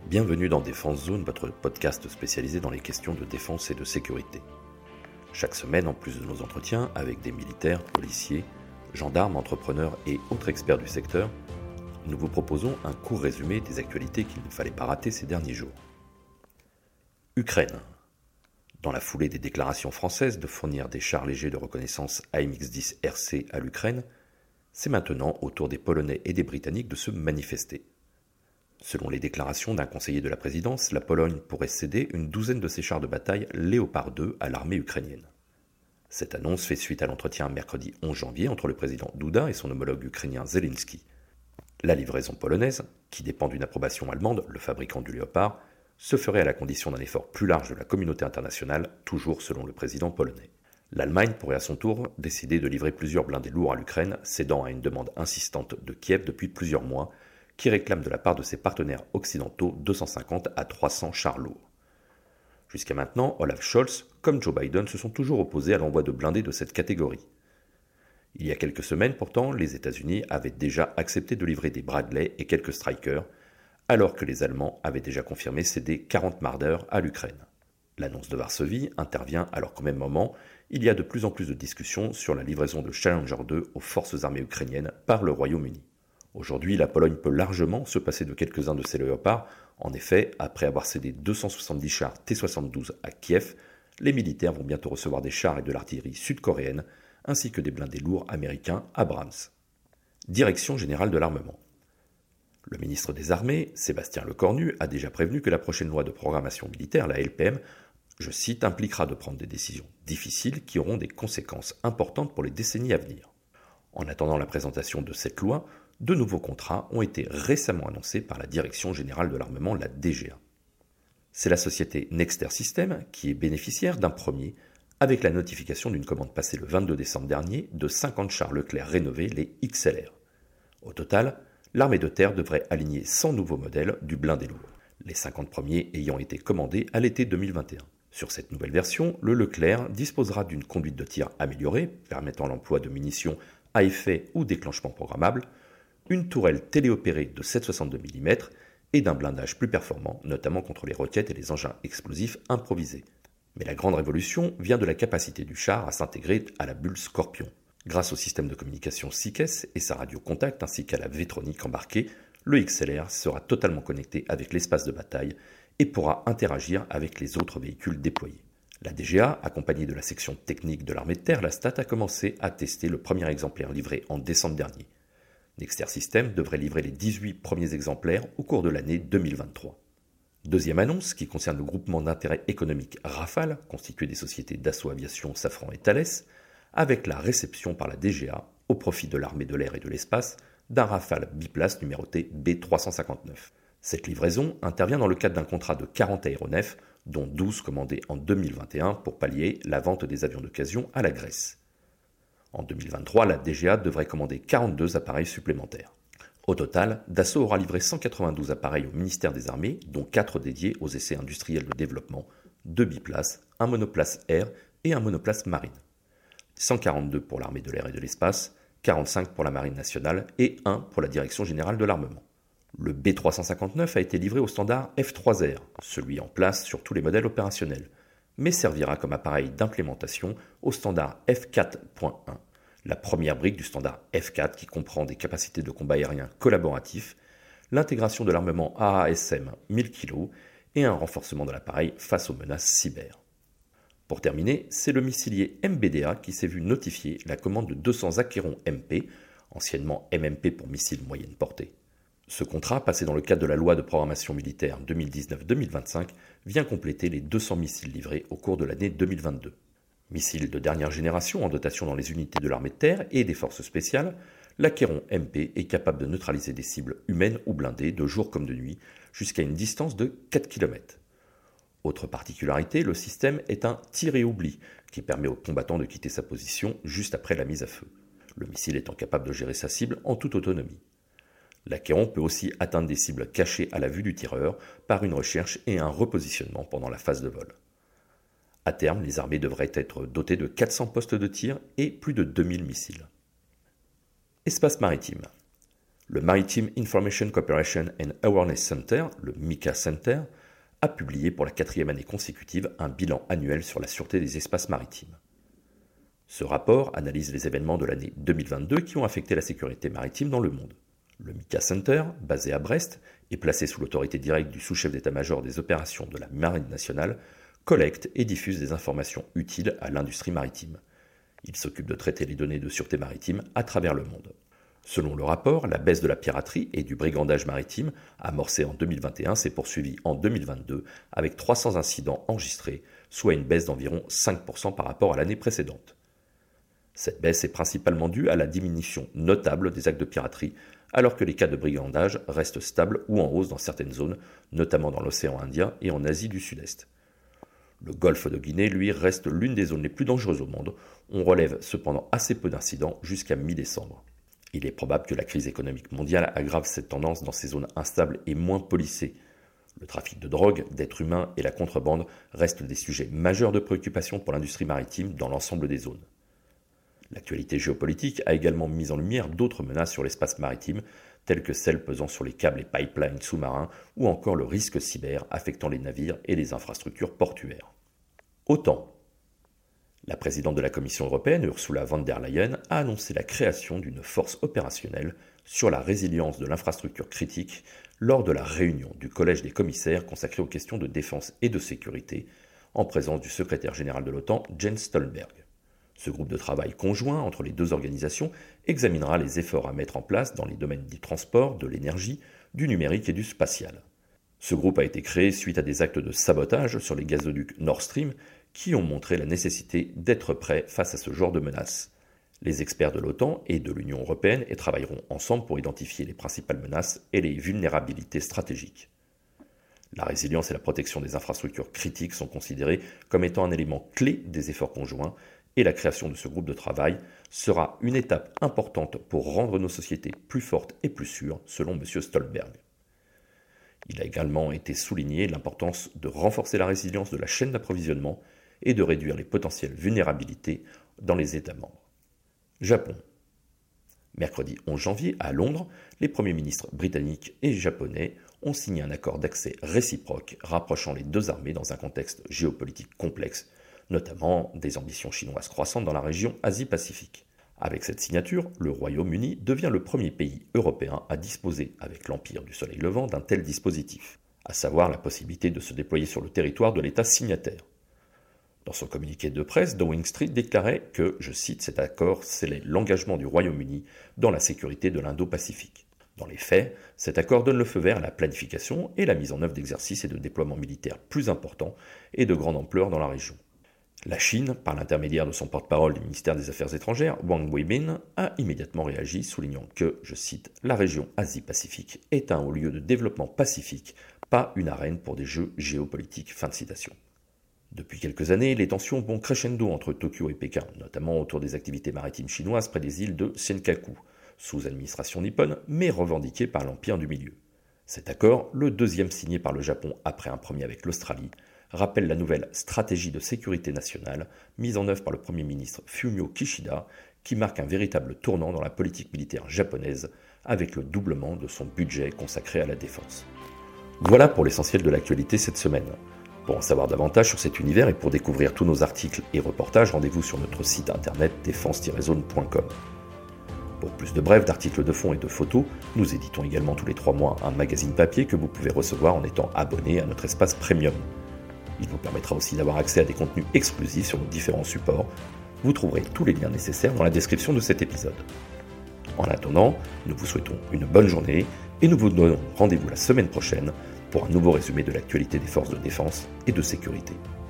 Bienvenue dans Défense Zone, votre podcast spécialisé dans les questions de défense et de sécurité. Chaque semaine, en plus de nos entretiens avec des militaires, policiers, gendarmes, entrepreneurs et autres experts du secteur, nous vous proposons un court résumé des actualités qu'il ne fallait pas rater ces derniers jours. Ukraine. Dans la foulée des déclarations françaises de fournir des chars légers de reconnaissance AMX-10 RC à l'Ukraine, c'est maintenant au tour des Polonais et des Britanniques de se manifester. Selon les déclarations d'un conseiller de la présidence, la Pologne pourrait céder une douzaine de ses chars de bataille Léopard 2 à l'armée ukrainienne. Cette annonce fait suite à l'entretien mercredi 11 janvier entre le président Duda et son homologue ukrainien Zelensky. La livraison polonaise, qui dépend d'une approbation allemande, le fabricant du Léopard, se ferait à la condition d'un effort plus large de la communauté internationale, toujours selon le président polonais. L'Allemagne pourrait à son tour décider de livrer plusieurs blindés lourds à l'Ukraine, cédant à une demande insistante de Kiev depuis plusieurs mois, qui réclame de la part de ses partenaires occidentaux 250 à 300 chars lourds. Jusqu'à maintenant, Olaf Scholz, comme Joe Biden, se sont toujours opposés à l'envoi de blindés de cette catégorie. Il y a quelques semaines, pourtant, les États-Unis avaient déjà accepté de livrer des Bradley et quelques Strykers, alors que les Allemands avaient déjà confirmé céder 40 Marder à l'Ukraine. L'annonce de Varsovie intervient alors qu'au même moment, il y a de plus en plus de discussions sur la livraison de Challenger 2 aux forces armées ukrainiennes par le Royaume-Uni. Aujourd'hui, la Pologne peut largement se passer de quelques-uns de ses léopards. En effet, après avoir cédé 270 chars T-72 à Kiev, les militaires vont bientôt recevoir des chars et de l'artillerie sud-coréenne, ainsi que des blindés lourds américains Abrams. Direction générale de l'armement. Le ministre des Armées, Sébastien Lecornu, a déjà prévenu que la prochaine loi de programmation militaire, la LPM, je cite, impliquera de prendre des décisions difficiles qui auront des conséquences importantes pour les décennies à venir. En attendant la présentation de cette loi, de nouveaux contrats ont été récemment annoncés par la Direction générale de l'armement, la DGA. C'est la société Nexter Systems qui est bénéficiaire d'un premier, avec la notification d'une commande passée le 22 décembre dernier de 50 chars Leclerc rénovés, les XLR. Au total, l'armée de terre devrait aligner 100 nouveaux modèles du blindé lourd, les 50 premiers ayant été commandés à l'été 2021. Sur cette nouvelle version, le Leclerc disposera d'une conduite de tir améliorée, permettant l'emploi de munitions à effet ou déclenchement programmable, une tourelle téléopérée de 7,62 mm et d'un blindage plus performant, notamment contre les roquettes et les engins explosifs improvisés. Mais la grande révolution vient de la capacité du char à s'intégrer à la bulle Scorpion. Grâce au système de communication SICES et sa radio contact ainsi qu'à la Vétronique embarquée, le XLR sera totalement connecté avec l'espace de bataille et pourra interagir avec les autres véhicules déployés. La DGA, accompagnée de la section technique de l'armée de terre, la STAT, a commencé à tester le premier exemplaire livré en décembre dernier. Nexter Systems devrait livrer les 18 premiers exemplaires au cours de l'année 2023. Deuxième annonce, qui concerne le groupement d'intérêt économique Rafale, constitué des sociétés Dassault Aviation, Safran et Thales, avec la réception par la DGA, au profit de l'armée de l'air et de l'espace, d'un Rafale biplace numéroté B359. Cette livraison intervient dans le cadre d'un contrat de 40 aéronefs, dont 12 commandés en 2021 pour pallier la vente des avions d'occasion à la Grèce. En 2023, la DGA devrait commander 42 appareils supplémentaires. Au total, Dassault aura livré 192 appareils au ministère des Armées, dont 4 dédiés aux essais industriels de développement, 2 biplaces, un monoplace air et un monoplace marine. 142 pour l'armée de l'air et de l'espace, 45 pour la marine nationale et 1 pour la Direction générale de l'armement. Le B359 a été livré au standard F3R, celui en place sur tous les modèles opérationnels, mais servira comme appareil d'implémentation au standard F4.1, la première brique du standard F4 qui comprend des capacités de combat aérien collaboratifs, l'intégration de l'armement AASM 1000 kg et un renforcement de l'appareil face aux menaces cyber. Pour terminer, c'est le missilier MBDA qui s'est vu notifier la commande de 200 Acheron MP, anciennement MMP pour missiles moyenne portée. Ce contrat, passé dans le cadre de la loi de programmation militaire 2019-2025, vient compléter les 200 missiles livrés au cours de l'année 2022. Missiles de dernière génération en dotation dans les unités de l'armée de terre et des forces spéciales, l'Acheron MP est capable de neutraliser des cibles humaines ou blindées de jour comme de nuit jusqu'à une distance de 4 km. Autre particularité, le système est un tir et oubli qui permet au combattant de quitter sa position juste après la mise à feu, le missile étant capable de gérer sa cible en toute autonomie. L'Acheron peut aussi atteindre des cibles cachées à la vue du tireur par une recherche et un repositionnement pendant la phase de vol. À terme, les armées devraient être dotées de 400 postes de tir et plus de 2000 missiles. Espace maritime. Le Maritime Information Cooperation and Awareness Center, le MICA Center, a publié pour la 4e année consécutive un bilan annuel sur la sûreté des espaces maritimes. Ce rapport analyse les événements de l'année 2022 qui ont affecté la sécurité maritime dans le monde. Le MICA Center, basé à Brest et placé sous l'autorité directe du sous-chef d'état-major des opérations de la Marine nationale, collecte et diffuse des informations utiles à l'industrie maritime. Il s'occupe de traiter les données de sûreté maritime à travers le monde. Selon le rapport, la baisse de la piraterie et du brigandage maritime, amorcée en 2021, s'est poursuivie en 2022 avec 300 incidents enregistrés, soit une baisse d'environ 5% par rapport à l'année précédente. Cette baisse est principalement due à la diminution notable des actes de piraterie, alors que les cas de brigandage restent stables ou en hausse dans certaines zones, notamment dans l'océan Indien et en Asie du Sud-Est. Le golfe de Guinée, lui, reste l'une des zones les plus dangereuses au monde. On relève cependant assez peu d'incidents jusqu'à mi-décembre. Il est probable que la crise économique mondiale aggrave cette tendance dans ces zones instables et moins policées. Le trafic de drogue, d'êtres humains et la contrebande restent des sujets majeurs de préoccupation pour l'industrie maritime dans l'ensemble des zones. L'actualité géopolitique a également mis en lumière d'autres menaces sur l'espace maritime, telles que celles pesant sur les câbles et pipelines sous-marins ou encore le risque cyber affectant les navires et les infrastructures portuaires. OTAN. La présidente de la Commission européenne, Ursula von der Leyen, a annoncé la création d'une force opérationnelle sur la résilience de l'infrastructure critique lors de la réunion du Collège des commissaires consacré aux questions de défense et de sécurité, en présence du secrétaire général de l'OTAN, Jens Stoltenberg. Ce groupe de travail conjoint entre les deux organisations examinera les efforts à mettre en place dans les domaines du transport, de l'énergie, du numérique et du spatial. Ce groupe a été créé suite à des actes de sabotage sur les gazoducs Nord Stream qui ont montré la nécessité d'être prêt face à ce genre de menaces. Les experts de l'OTAN et de l'Union européenne travailleront ensemble pour identifier les principales menaces et les vulnérabilités stratégiques. La résilience et la protection des infrastructures critiques sont considérées comme étant un élément clé des efforts conjoints et la création de ce groupe de travail sera une étape importante pour rendre nos sociétés plus fortes et plus sûres, selon M. Stoltenberg. Il a également été souligné l'importance de renforcer la résilience de la chaîne d'approvisionnement et de réduire les potentielles vulnérabilités dans les États membres. Japon. Mercredi 11 janvier, à Londres, les premiers ministres britanniques et japonais ont signé un accord d'accès réciproque rapprochant les deux armées dans un contexte géopolitique complexe, notamment des ambitions chinoises croissantes dans la région Asie-Pacifique. Avec cette signature, le Royaume-Uni devient le premier pays européen à disposer, avec l'Empire du Soleil Levant, d'un tel dispositif, à savoir la possibilité de se déployer sur le territoire de l'État signataire. Dans son communiqué de presse, Downing Street déclarait que, je cite, cet accord scellait l'engagement du Royaume-Uni dans la sécurité de l'Indo-Pacifique. Dans les faits, cet accord donne le feu vert à la planification et la mise en œuvre d'exercices et de déploiements militaires plus importants et de grande ampleur dans la région. La Chine, par l'intermédiaire de son porte-parole du ministère des Affaires étrangères, Wang Weibin, a immédiatement réagi, soulignant que, je cite, « la région Asie-Pacifique est un haut lieu de développement pacifique, pas une arène pour des jeux géopolitiques ». Fin de citation. Depuis quelques années, les tensions vont crescendo entre Tokyo et Pékin, notamment autour des activités maritimes chinoises près des îles de Senkaku, sous administration nippone, mais revendiquées par l'Empire du Milieu. Cet accord, le deuxième signé par le Japon après un premier avec l'Australie, rappelle la nouvelle stratégie de sécurité nationale mise en œuvre par le Premier ministre Fumio Kishida, qui marque un véritable tournant dans la politique militaire japonaise, avec le doublement de son budget consacré à la défense. Voilà pour l'essentiel de l'actualité cette semaine. Pour en savoir davantage sur cet univers et pour découvrir tous nos articles et reportages, rendez-vous sur notre site internet défense-zone.com. Pour plus de brefs, d'articles de fond et de photos, nous éditons également tous les 3 mois un magazine papier que vous pouvez recevoir en étant abonné à notre espace premium. Il vous permettra aussi d'avoir accès à des contenus exclusifs sur nos différents supports. Vous trouverez tous les liens nécessaires dans la description de cet épisode. En attendant, nous vous souhaitons une bonne journée et nous vous donnons rendez-vous la semaine prochaine pour un nouveau résumé de l'actualité des forces de défense et de sécurité.